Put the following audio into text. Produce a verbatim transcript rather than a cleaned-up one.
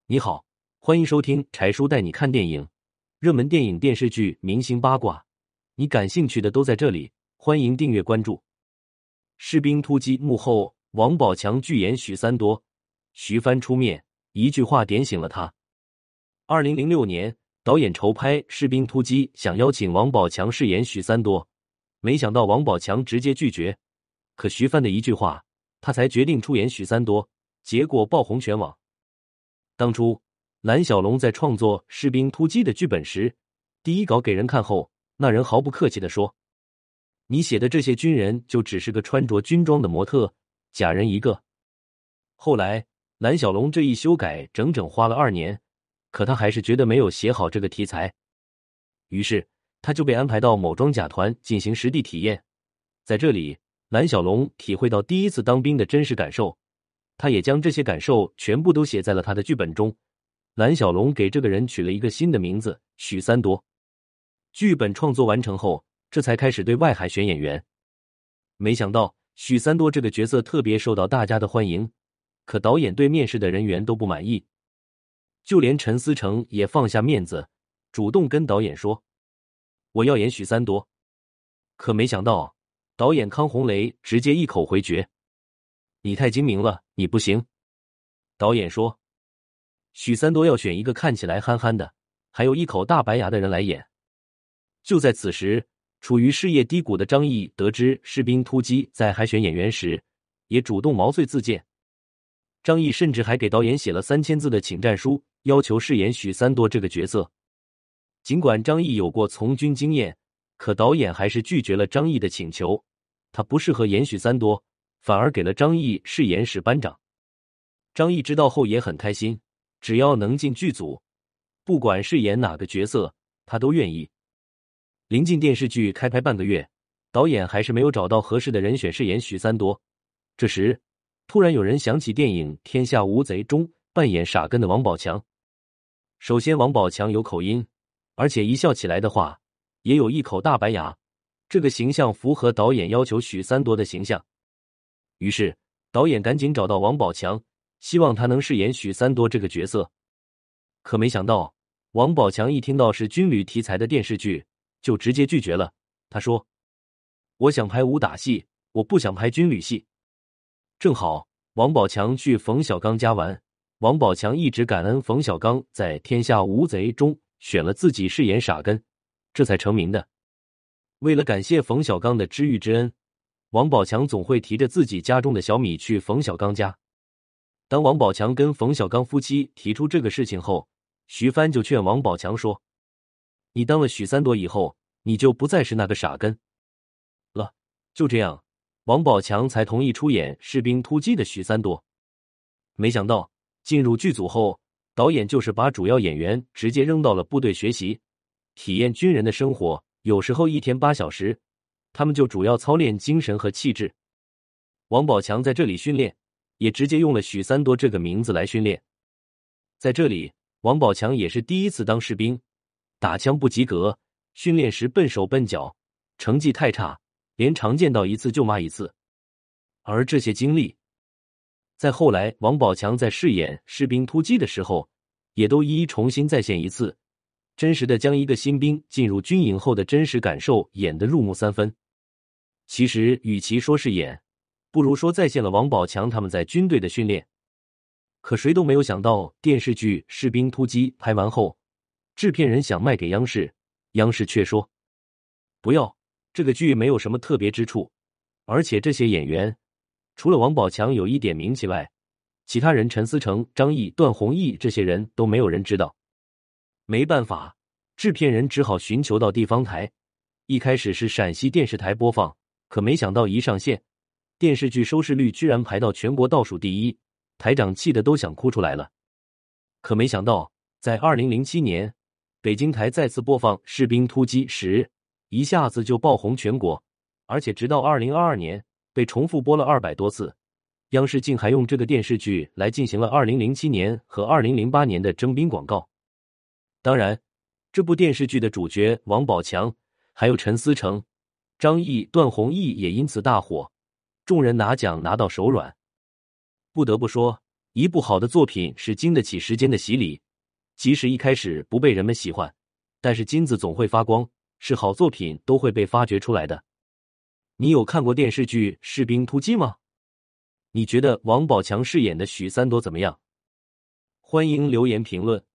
你好，欢迎收听柴叔带你看电影，热门电影、电视剧、明星八卦，你感兴趣的都在这里。欢迎订阅关注。士兵突击幕后，王宝强拒演许三多，徐帆出面，一句话点醒了他。二零零六年，导演筹拍《士兵突击》，想邀请王宝强饰演许三多，没想到王宝强直接拒绝。可徐帆的一句话，他才决定出演许三多，结果爆红全网。当初蓝小龙在创作《士兵突击》的剧本时，第一稿给人看后，那人毫不客气地说：“你写的这些军人就只是个穿着军装的模特，假人一个。”后来蓝小龙这一修改整整花了二年，可他还是觉得没有写好这个题材，于是他就被安排到某装甲团进行实地体验。在这里，蓝小龙体会到第一次当兵的真实感受，他也将这些感受全部都写在了他的剧本中。蓝小龙给这个人取了一个新的名字，许三多。剧本创作完成后，这才开始对外海选演员。没想到许三多这个角色特别受到大家的欢迎，可导演对面试的人员都不满意，就连陈思诚也放下面子，主动跟导演说：“我要演许三多。”可没想到导演康洪雷直接一口回绝：“你太精明了，你不行。”导演说：“许三多要选一个看起来憨憨的，还有一口大白牙的人来演。”就在此时，处于事业低谷的张译得知《士兵突击》在海选演员时，也主动毛遂自荐。张译甚至还给导演写了三千字的请战书，要求饰演许三多这个角色。尽管张译有过从军经验，可导演还是拒绝了张译的请求，他不适合演许三多，反而给了张译饰演史班长。张译知道后也很开心，只要能进剧组，不管是演哪个角色，他都愿意。临近电视剧开拍半个月，导演还是没有找到合适的人选饰演许三多。这时，突然有人想起电影《天下无贼》中扮演傻根的王宝强。首先，王宝强有口音，而且一笑起来的话，也有一口大白牙，这个形象符合导演要求许三多的形象。于是，导演赶紧找到王宝强，希望他能饰演许三多这个角色。可没想到，王宝强一听到是军旅题材的电视剧，就直接拒绝了。他说：“我想拍武打戏，我不想拍军旅戏。”正好王宝强去冯小刚家玩，王宝强一直感恩冯小刚在《天下无贼》中选了自己饰演傻根，这才成名的。为了感谢冯小刚的知遇之恩，王宝强总会提着自己家中的小米去冯小刚家。当王宝强跟冯小刚夫妻提出这个事情后，徐帆就劝王宝强说：“你当了许三多以后，你就不再是那个傻根了。”就这样，王宝强才同意出演《士兵突击》的许三多。没想到进入剧组后，导演就是把主要演员直接扔到了部队学习，体验军人的生活，有时候一天八小时，他们就主要操练精神和气质。王宝强在这里训练，也直接用了许三多这个名字来训练。在这里，王宝强也是第一次当士兵，打枪不及格，训练时笨手笨脚，成绩太差，连常见到一次就骂一次。而这些经历，在后来王宝强在饰演《士兵突击》的时候，也都一一重新再现一次，真实的将一个新兵进入军营后的真实感受演得入木三分。其实与其说是演，不如说再现了王宝强他们在军队的训练。可谁都没有想到，电视剧《士兵突击》拍完后，制片人想卖给央视，央视却说：“不要，这个剧没有什么特别之处，而且这些演员除了王宝强有一点名气外，其他人陈思诚、张译、段宏毅这些人都没有人知道。”没办法，制片人只好寻求到地方台。一开始是陕西电视台播放，可没想到一上线，电视剧收视率居然排到全国倒数第一，台长气得都想哭出来了。可没想到，在二零零七年，北京台再次播放《士兵突击》时，一下子就爆红全国，而且直到二零二二年被重复播了二百多次。央视竟还用这个电视剧来进行了二零零七年和二零零八年的征兵广告。当然，这部电视剧的主角王宝强，还有陈思诚、张译、段宏毅也因此大火，众人拿奖拿到手软。不得不说， 一部好的作品是经得起时间的洗礼，即使一开始不被人们喜欢，但是金子总会发光，是好作品都会被发掘出来的。你有看过电视剧《士兵突击》吗？你觉得王宝强饰演的许三多怎么样？欢迎留言评论。